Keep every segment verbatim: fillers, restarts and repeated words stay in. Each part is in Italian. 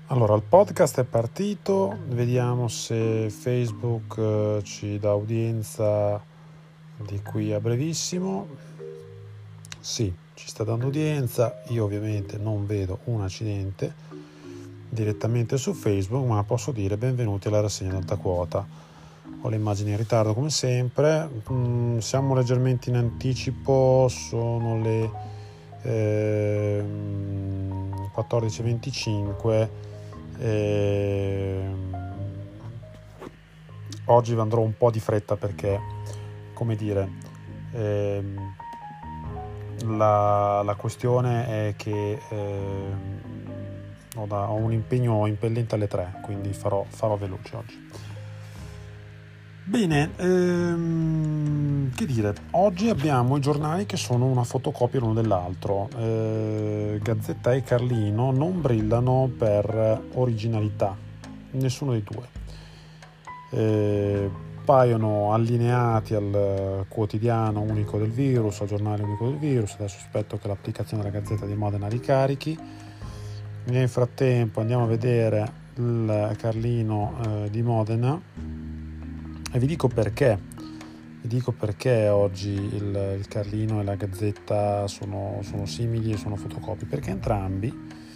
Allora, il podcast è partito, vediamo se Facebook eh, ci dà udienza di qui a brevissimo. Sì, ci sta dando udienza, io ovviamente non vedo un accidente direttamente su Facebook, ma posso dire benvenuti alla rassegna d'alta quota. Ho le immagini in ritardo come sempre, mm, siamo leggermente in anticipo, sono le eh, quattordici e venticinque. E oggi andrò un po' di fretta perché, come dire, ehm, la, la questione è che ehm, ho, da, ho un impegno impellente alle tre, quindi farò, farò veloce oggi. Bene, ehm, che dire, oggi abbiamo i giornali che sono una fotocopia l'uno dell'altro. Eh, Gazzetta e Carlino non brillano per originalità, nessuno dei due. Eh, paiono allineati al quotidiano unico del virus, al giornale unico del virus. Adesso aspetto che l'applicazione della Gazzetta di Modena ricarichi. Nel frattempo andiamo a vedere il Carlino eh, di Modena. E vi dico perché, vi dico perché oggi il, il Carlino e la Gazzetta sono, sono simili e sono fotocopie, perché entrambi,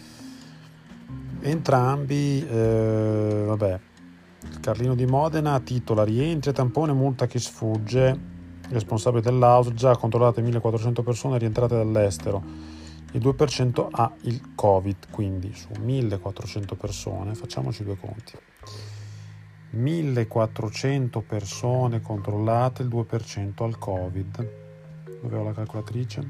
entrambi, eh, vabbè, il Carlino di Modena titola rientri a tampone, multa chi sfugge, responsabile dell'A U S L, già controllate millequattrocento persone rientrate dall'estero, il due per cento ha il Covid, quindi su millequattrocento persone, facciamoci due conti. millequattrocento persone controllate, il due per cento al Covid. Dove ho la calcolatrice?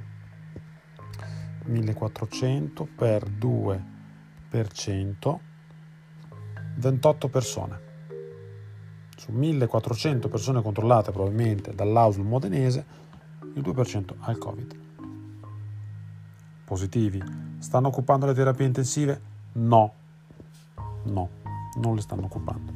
millequattrocento per due per cento, ventotto persone. Su millequattrocento persone controllate probabilmente dall'A U S L modenese, il due per cento al Covid. Positivi. Stanno occupando le terapie intensive? No. No, non le stanno occupando.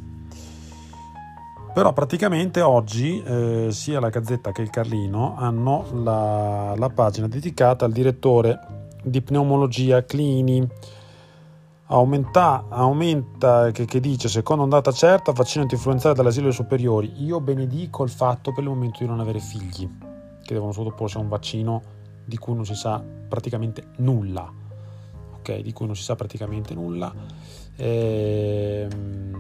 Però praticamente oggi eh, sia la Gazzetta che il Carlino hanno la, la pagina dedicata al direttore di pneumologia Clini. Aumenta, aumenta che, che dice secondo ondata certa, vaccino antinfluenzale dall'asilo dei superiori. Io benedico il fatto per il momento di non avere figli che devono sottoporsi a un vaccino di cui non si sa praticamente nulla. Ok, di cui non si sa praticamente nulla. Ehm...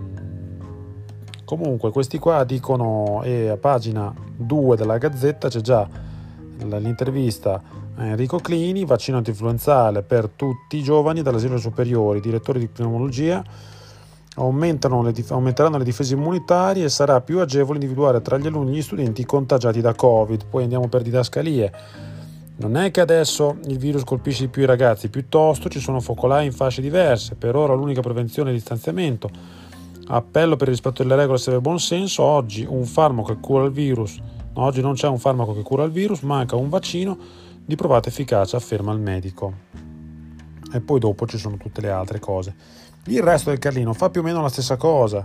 Comunque questi qua dicono, e a pagina due della Gazzetta c'è già l'intervista a Enrico Clini, vaccino antinfluenzale per tutti i giovani dall'asilo superiori, direttore di pneumologia, aumentano le, aumenteranno le difese immunitarie e sarà più agevole individuare tra gli alunni e gli studenti contagiati da Covid. Poi andiamo per didascalie. Non è che adesso il virus colpisce di più i ragazzi, piuttosto ci sono focolai in fasce diverse, per ora l'unica prevenzione è il distanziamento. Appello per il rispetto delle regole serve buon senso. Oggi un farmaco che cura il virus no, oggi non c'è un farmaco che cura il virus, manca un vaccino di provata efficacia, afferma il medico. E poi dopo ci sono tutte le altre cose. Il resto del Carlino fa più o meno la stessa cosa.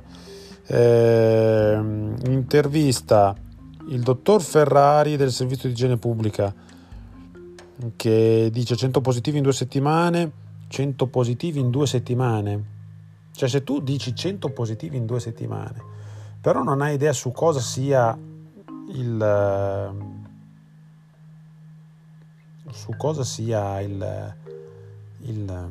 Eh, intervista il dottor Ferrari del servizio di igiene pubblica che dice cento positivi in due settimane cento positivi in due settimane. Cioè, se tu dici cento positivi in due settimane, però non hai idea su cosa sia il su cosa sia il il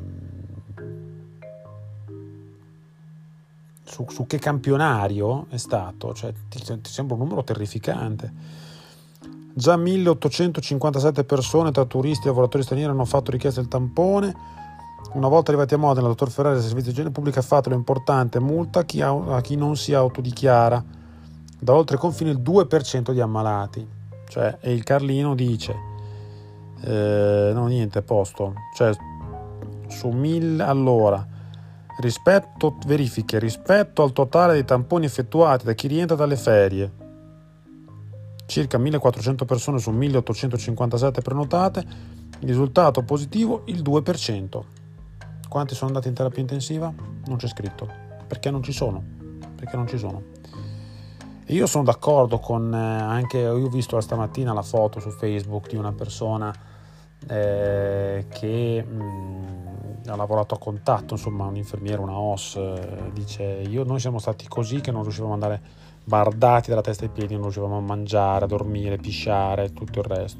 su, su che campionario è stato, cioè ti, ti sembra un numero terrificante. Già milleottocentocinquantasette persone tra turisti e lavoratori stranieri hanno fatto richiesta del tampone. Una volta arrivati a Modena, il dottor Ferrari del servizio di igiene pubblica ha fatto l'importante multa a chi, ha, a chi non si autodichiara. Da oltre confine il due per cento di ammalati. Cioè, e il Carlino dice eh, no niente, posto. Cioè, su mille, allora, rispetto, verifiche, rispetto al totale dei tamponi effettuati da chi rientra dalle ferie, circa millequattrocento persone su milleottocentocinquantasette prenotate, il risultato positivo il due per cento. Quanti sono andati in terapia intensiva? Non c'è scritto. Perché non ci sono? Perché non ci sono. E io sono d'accordo con eh, anche io ho visto stamattina la foto su Facebook di una persona eh, che mh, ha lavorato a contatto, insomma un infermiere, una O S, eh, dice io noi siamo stati così che non riuscivamo ad andare bardati dalla testa ai piedi, non riuscivamo a mangiare, a dormire, pisciare, tutto il resto.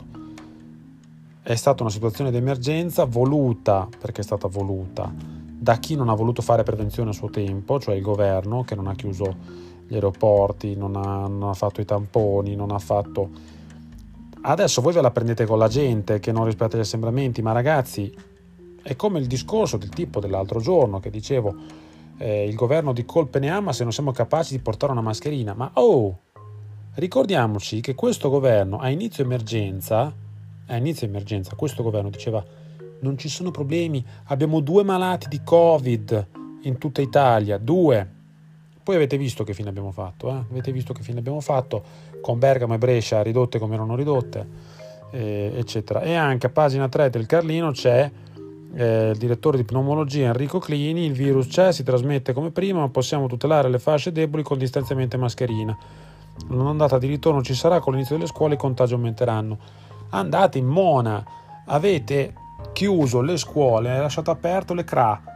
È stata una situazione di emergenza voluta, perché è stata voluta da chi non ha voluto fare prevenzione a suo tempo, cioè il governo che non ha chiuso gli aeroporti, non ha, non ha fatto i tamponi, non ha fatto... Adesso voi ve la prendete con la gente che non rispetta gli assembramenti, ma ragazzi è come il discorso del tipo dell'altro giorno che dicevo eh, il governo di colpe ne ha ma se non siamo capaci di portare una mascherina, ma oh, ricordiamoci che questo governo a inizio emergenza a inizio emergenza questo governo diceva non ci sono problemi, abbiamo due malati di Covid in tutta Italia, due. Poi avete visto che fine abbiamo fatto, eh? Avete visto che fine abbiamo fatto con Bergamo e Brescia ridotte come erano ridotte, eh, eccetera. E anche a pagina tre del Carlino c'è eh, il direttore di pneumologia Enrico Clini, il virus c'è, si trasmette come prima, ma possiamo tutelare le fasce deboli con distanziamento e mascherina. L'ondata di ritorno ci sarà, con l'inizio delle scuole i contagi aumenteranno. Andate in mona, avete chiuso le scuole, lasciato aperto le C R A.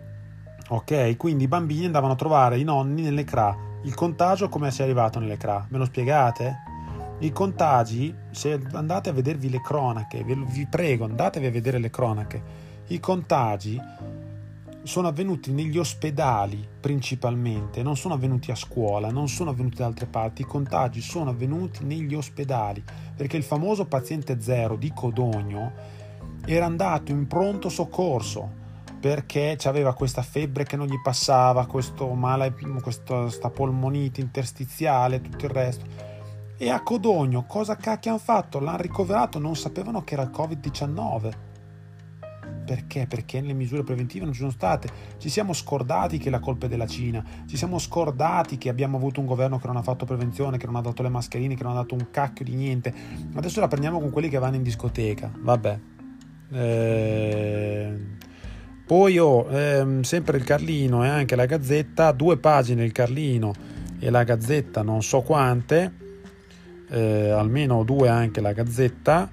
Ok, quindi i bambini andavano a trovare i nonni nelle C R A. Il contagio come si è arrivato nelle C R A? Me lo spiegate? I contagi, se andate a vedervi le cronache, vi prego, andatevi a vedere le cronache. I contagi sono avvenuti negli ospedali principalmente, non sono avvenuti a scuola, non sono avvenuti da altre parti. I contagi sono avvenuti negli ospedali, perché il famoso paziente zero di Codogno era andato in pronto soccorso perché aveva questa febbre che non gli passava, questo male, questa sta polmonite interstiziale, tutto il resto. E a Codogno cosa cacchio hanno fatto? L'hanno ricoverato, non sapevano che era il covid diciannove. Perché? Perché le misure preventive non ci sono state. Ci siamo scordati che la colpa è della Cina, ci siamo scordati che abbiamo avuto un governo che non ha fatto prevenzione, che non ha dato le mascherine, che non ha dato un cacchio di niente. Adesso la prendiamo con quelli che vanno in discoteca. Vabbè. Eh... Poi ho oh, ehm, sempre il Carlino e anche la Gazzetta, due pagine il Carlino e la Gazzetta non so quante, eh, almeno due anche la Gazzetta,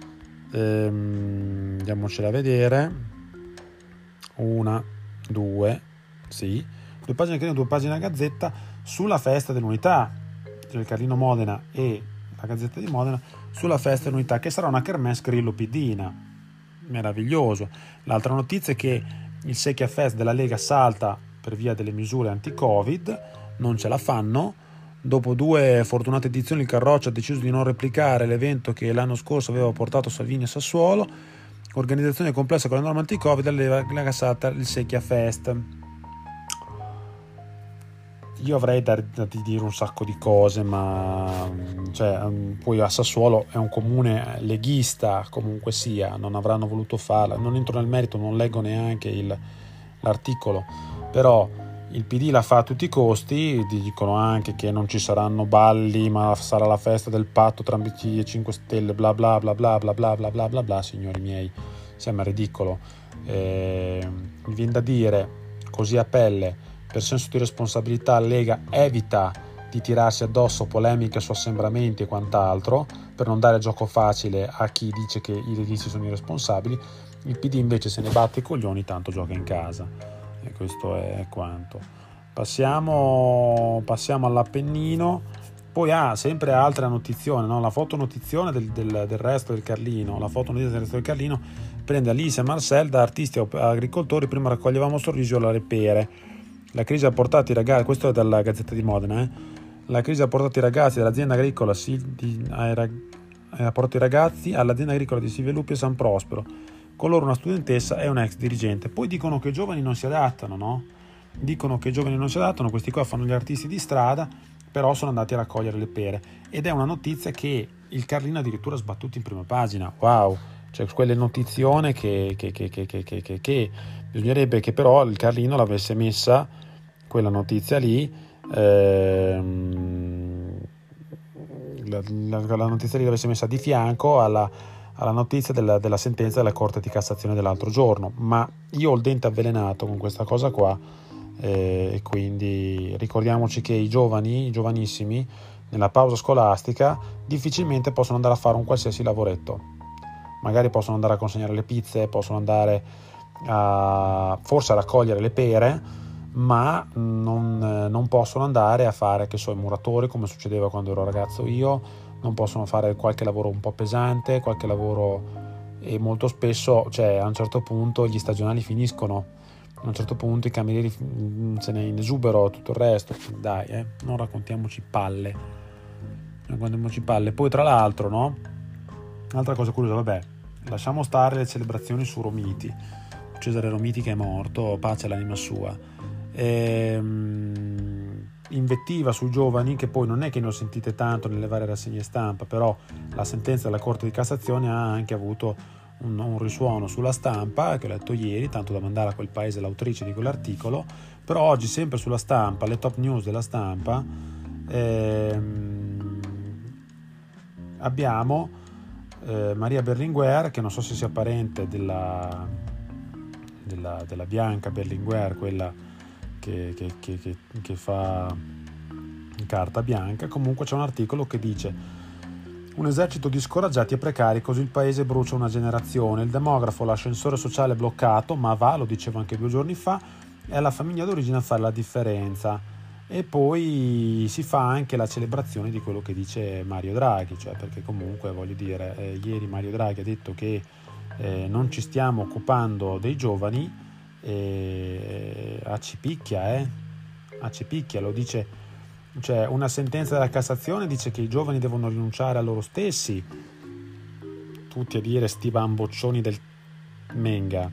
ehm, andiamocela a vedere, una, due, sì, due pagine Carlino, due pagine la Gazzetta sulla festa dell'unità, cioè il Carlino Modena e la Gazzetta di Modena sulla festa dell'unità, che sarà una kermesse grillo-pidina. Meraviglioso. L'altra notizia è che il Secchia Fest della Lega salta per via delle misure anti-Covid, non ce la fanno. Dopo due fortunate edizioni il Carroccio ha deciso di non replicare l'evento che l'anno scorso aveva portato Salvini a Sassuolo. Organizzazione complessa con le norme anti-Covid, la Lega salta il Secchia Fest. Io avrei da, da dire un sacco di cose, ma cioè, poi a Sassuolo è un comune leghista, comunque sia, non avranno voluto farla. Non entro nel merito, non leggo neanche il, l'articolo, però il P D la fa a tutti i costi. Dicono anche che non ci saranno balli, ma sarà la festa del patto tra B C e cinque Stelle, bla bla bla bla bla bla bla bla bla bla. Signori miei, sembra ridicolo. Eh, mi viene da dire così a pelle, per senso di responsabilità Lega evita di tirarsi addosso polemiche su assembramenti e quant'altro, per non dare gioco facile a chi dice che i leghisti sono irresponsabili. Il P D invece se ne batte i coglioni, tanto gioca in casa, e questo è quanto. Passiamo, passiamo all'Appennino. Poi ha ah, sempre altra notizione, no? La fotonotizione del, del, del resto del Carlino, la fotonotizione del resto del Carlino prende Alice e Marcel da artisti e agricoltori. Prima raccoglievamo sorrisi o le pere. La crisi ha portato i ragazzi, questo è dalla Gazzetta di Modena, eh? La crisi ha portato i ragazzi dell'azienda agricola di, ha portato i ragazzi all'azienda agricola di Silvia Lupi e San Prospero, con loro una studentessa e un ex dirigente. Poi dicono che i giovani non si adattano, no? Dicono che i giovani non si adattano, questi qua fanno gli artisti di strada, però sono andati a raccogliere le pere. Ed è una notizia che il Carlino addirittura ha sbattuto in prima pagina. Wow! Cioè quelle notizione che, che, che, che, che, che, che bisognerebbe che però il Carlino l'avesse messa, quella notizia lì, ehm, la, la, la notizia lì l'avesse messa di fianco alla, alla notizia della, della sentenza della Corte di Cassazione dell'altro giorno. Ma io ho il dente avvelenato con questa cosa qua, e eh, quindi ricordiamoci che i giovani, i giovanissimi, nella pausa scolastica difficilmente possono andare a fare un qualsiasi lavoretto. Magari possono andare a consegnare le pizze, possono andare a forse a raccogliere le pere, ma non, non possono andare a fare, che so, i muratori, come succedeva quando ero ragazzo io, non possono fare qualche lavoro un po' pesante, qualche lavoro, e molto spesso, cioè a un certo punto gli stagionali finiscono, a un certo punto i camerieri se ne in esubero, tutto il resto, dai, eh, non raccontiamoci palle, non raccontiamoci palle. Poi tra l'altro, no, un'altra cosa curiosa, vabbè, lasciamo stare le celebrazioni su Romiti, Cesare Romiti che è morto, pace all'anima sua, ehm, invettiva sui giovani, che poi non è che ne ho sentite tanto nelle varie rassegne stampa, però la sentenza della Corte di Cassazione ha anche avuto un, un risuono sulla stampa, che ho letto ieri, tanto da mandare a quel paese l'autrice di quell'articolo. Però oggi, sempre sulla stampa, le top news della stampa, ehm, abbiamo eh, Maria Berlinguer, che non so se sia parente della, della, della Bianca Berlinguer, quella che, che, che, che, che fa carta bianca. Comunque c'è un articolo che dice: un esercito di scoraggiati e precari, così il paese brucia una generazione, il demografo, l'ascensore sociale bloccato, ma va, lo dicevo anche due giorni fa, è la famiglia d'origine a fare la differenza. E poi si fa anche la celebrazione di quello che dice Mario Draghi, cioè perché comunque, voglio dire, eh, ieri Mario Draghi ha detto che eh, non ci stiamo occupando dei giovani, e a cipicchia, eh? a cipicchia, lo dice, cioè una sentenza della Cassazione dice che i giovani devono rinunciare a loro stessi, tutti a dire sti bamboccioni del Menga,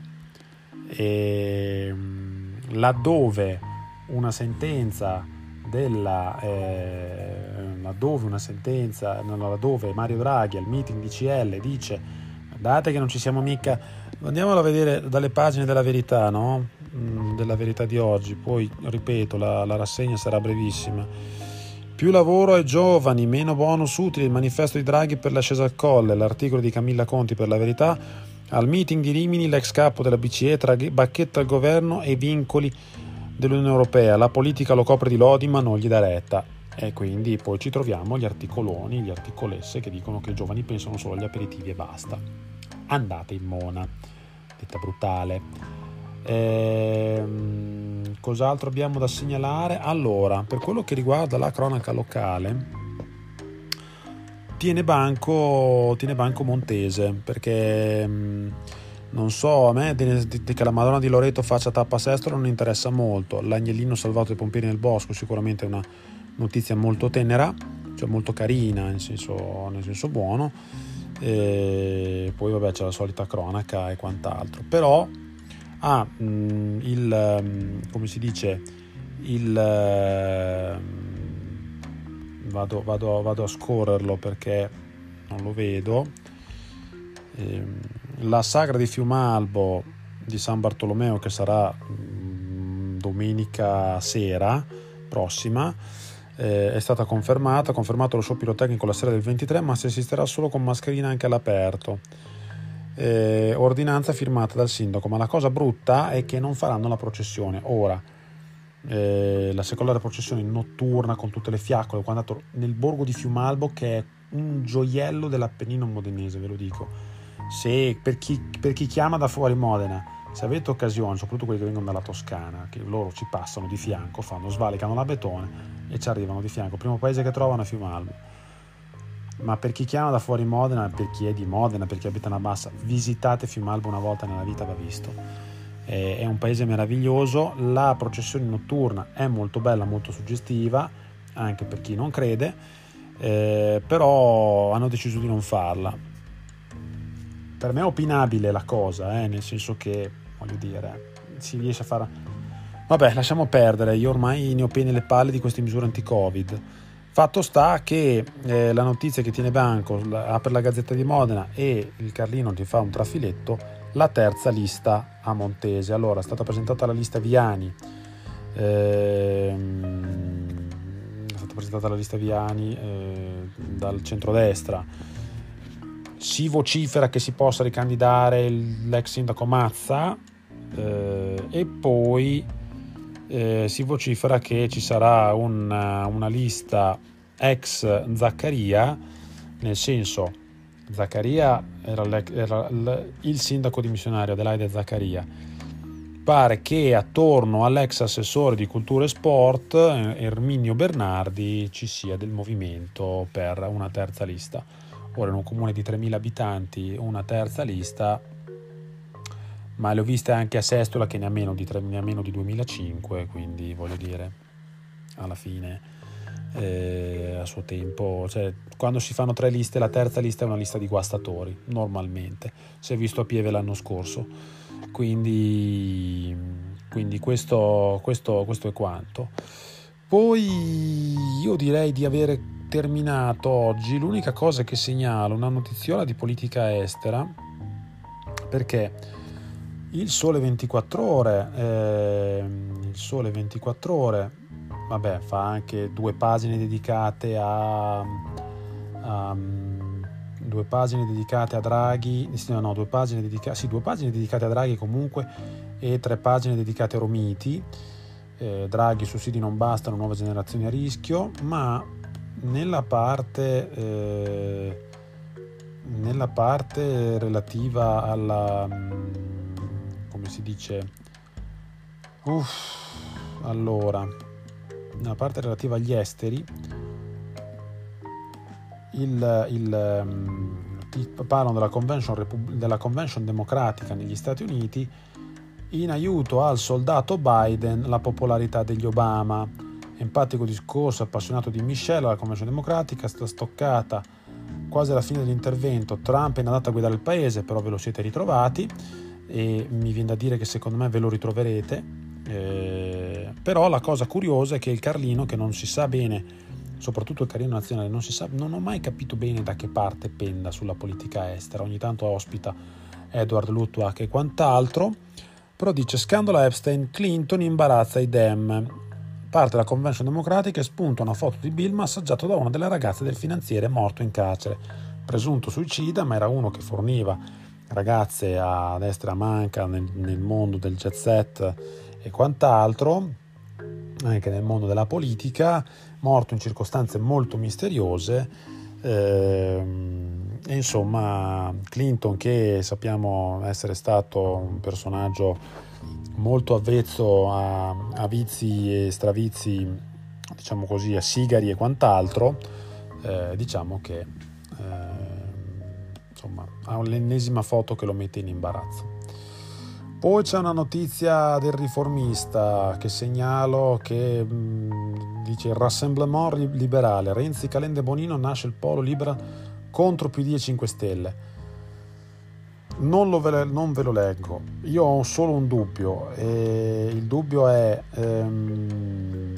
e laddove una sentenza della eh, laddove una sentenza laddove Mario Draghi al meeting di C L dice: guardate che non ci siamo mica, andiamolo a vedere dalle pagine della Verità, no? Della Verità di oggi, poi ripeto, la, la rassegna sarà brevissima. Più lavoro ai giovani, meno bonus utili, il manifesto di Draghi per l'ascesa al colle, l'articolo di Camilla Conti per la Verità. Al meeting di Rimini l'ex capo della B C E tra bacchetta al governo e vincoli dell'Unione Europea, la politica lo copre di lodi ma non gli dà retta. E quindi poi ci troviamo gli articoloni, gli articolesse che dicono che i giovani pensano solo agli aperitivi e basta. Andate in mona, detta brutale. Ehm, cos'altro abbiamo da segnalare? Allora, per quello che riguarda la cronaca locale, tiene banco, tiene banco Montese, perché mh, non so, a me di, di, di che la Madonna di Loreto faccia tappa a Sesto non interessa molto. L'agnellino salvato dai pompieri nel bosco sicuramente è una notizia molto tenera, cioè molto carina, nel senso, nel senso buono. E poi vabbè c'è la solita cronaca e quant'altro, però ah, mh, il mh, come si dice il uh, vado, vado, vado a scorrerlo perché non lo vedo. Ehm, la sagra di Fiumalbo di San Bartolomeo, che sarà mh, domenica sera prossima, eh, è stata confermata, confermato lo show pirotecnico la sera del ventitré, ma si assisterà solo con mascherina anche all'aperto. Eh, ordinanza firmata dal sindaco, ma la cosa brutta è che non faranno la processione. Ora, eh, la seconda processione notturna con tutte le fiaccole, quando nel borgo di Fiumalbo, che è un gioiello dell'Appennino modenese, ve lo dico. Se per chi, per chi chiama da fuori Modena, se avete occasione, soprattutto quelli che vengono dalla Toscana, che loro ci passano di fianco, fanno, svalicano la Betone e ci arrivano di fianco, il primo paese che trovano è Fiumalbo. Ma per chi chiama da fuori Modena, per chi è di Modena, per chi abita a Bassa, visitate Fiumalbo una volta nella vita, va visto. È un paese meraviglioso, la processione notturna è molto bella, molto suggestiva, anche per chi non crede, eh, però hanno deciso di non farla. Per me è opinabile la cosa, eh, nel senso che, voglio dire, si riesce a fare... Vabbè, lasciamo perdere, io ormai ne ho piene le palle di queste misure anti-Covid. Fatto sta che eh, la notizia che tiene banco apre la Gazzetta di Modena e il Carlino ti fa un trafiletto, la terza lista a Montese. Allora, è stata presentata la lista Viani, ehm, è stata presentata la lista Viani eh, dal centrodestra. Si vocifera che si possa ricandidare l'ex sindaco Mazza, eh, e poi eh, si vocifera che ci sarà una, una lista ex Zaccaria, nel senso, Zaccaria era, era il sindaco dimissionario, Adelaide Zaccaria, pare che attorno all'ex assessore di cultura e sport Erminio Bernardi ci sia del movimento per una terza lista. Ora in un comune di tremila abitanti una terza lista, ma le ho viste anche a Sestola che ne ha meno di, tre, ne ha meno di duemilacinque, quindi voglio dire, alla fine eh, a suo tempo, cioè, quando si fanno tre liste, la terza lista è una lista di guastatori normalmente, si è visto a Pieve l'anno scorso, quindi, quindi questo, questo, questo è quanto. Poi io direi di avere terminato oggi. L'unica cosa che segnalo, una notiziola di politica estera, perché il Sole ventiquattro Ore eh, il Sole ventiquattro Ore vabbè, fa anche due pagine dedicate a, a due pagine dedicate a Draghi, no, no due pagine dedicate sì, due pagine dedicate a Draghi comunque e tre pagine dedicate a Romiti. eh, Draghi, sussidi non bastano, nuove generazioni a rischio, ma nella parte eh, nella parte relativa alla, come si dice, uff, allora nella parte relativa agli esteri, il, il, il parlano della convention, della convention democratica negli Stati Uniti in aiuto al soldato Biden, la popolarità degli Obama. Empatico discorso appassionato di Michelle alla convention democratica, sta stoccata quasi alla fine dell'intervento. Trump è andato a guidare il paese, però ve lo siete ritrovati e mi viene da dire che secondo me ve lo ritroverete. Eh, però la cosa curiosa è che il Carlino, che non si sa bene, soprattutto il Carlino nazionale, non si sa, non ho mai capito bene da che parte penda sulla politica estera. Ogni tanto ospita Edward Luttwak e quant'altro, però dice: scandalo Epstein, Clinton imbarazza i Dem. Parte la convention democratica e spunta una foto di Bill massaggiato da una delle ragazze del finanziere morto in carcere, presunto suicida, ma era uno che forniva ragazze a destra e a manca nel, nel mondo del jet set e quant'altro, anche nel mondo della politica, morto in circostanze molto misteriose. ehm, e insomma Clinton, che sappiamo essere stato un personaggio molto avvezzo a, a vizi e stravizi, diciamo così, a sigari e quant'altro, eh, diciamo che eh, insomma ha l'ennesima foto che lo mette in imbarazzo. Poi c'è una notizia del Riformista che segnalo, che mh, dice: il Rassemblement liberale, Renzi, Calenda e Bonino, nasce il polo libera contro P D e cinque Stelle. Non, lo ve, non ve lo leggo, io ho solo un dubbio, e il dubbio è ehm,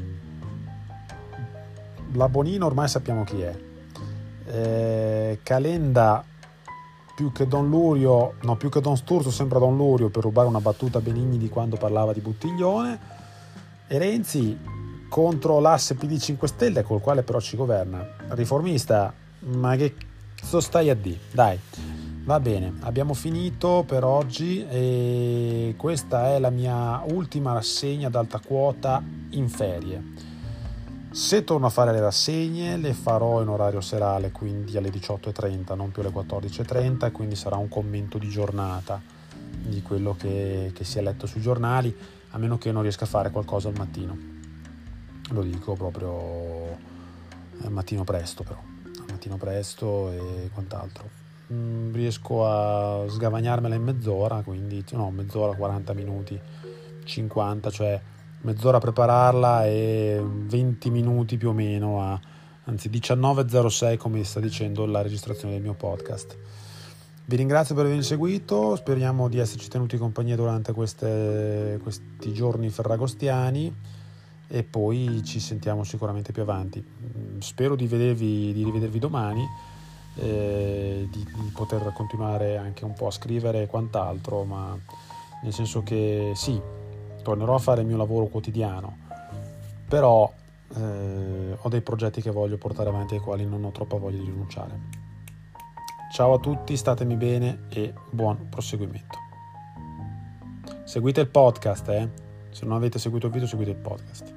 la Bonino ormai sappiamo chi è, eh, Calenda più che Don Lurio, no più che Don Sturzo sembra Don Lurio, per rubare una battuta a Benigni di quando parlava di Buttiglione, e Renzi contro l'asse P D cinque Stelle col quale però ci governa. Riformista, ma che cazzo stai a di? Dai, va bene, abbiamo finito per oggi e questa è la mia ultima rassegna ad alta quota in ferie. Se torno a fare le rassegne le farò in orario serale, quindi alle diciotto e trenta, non più alle quattordici e trenta, e quindi sarà un commento di giornata di quello che, che si è letto sui giornali, a meno che non riesca a fare qualcosa al mattino. Lo dico proprio al mattino presto, però al mattino presto e quant'altro. Mm, riesco a sgavagnarmela in mezz'ora, quindi no, mezz'ora, quaranta minuti, cinquanta, cioè mezz'ora a prepararla e venti minuti più o meno a, anzi diciannove e zero sei come sta dicendo la registrazione del mio podcast. Vi ringrazio per avermi seguito, speriamo di esserci tenuti compagnia durante queste, questi giorni ferragostiani e poi ci sentiamo sicuramente più avanti. Spero di vedervi, di rivedervi domani, eh, di, di poter continuare anche un po' a scrivere e quant'altro, ma nel senso che sì, tornerò a fare il mio lavoro quotidiano, però eh, ho dei progetti che voglio portare avanti ai quali non ho troppa voglia di rinunciare. Ciao a tutti, statemi bene e buon proseguimento. Seguite il podcast, eh? Se non avete seguito il video, seguite il podcast.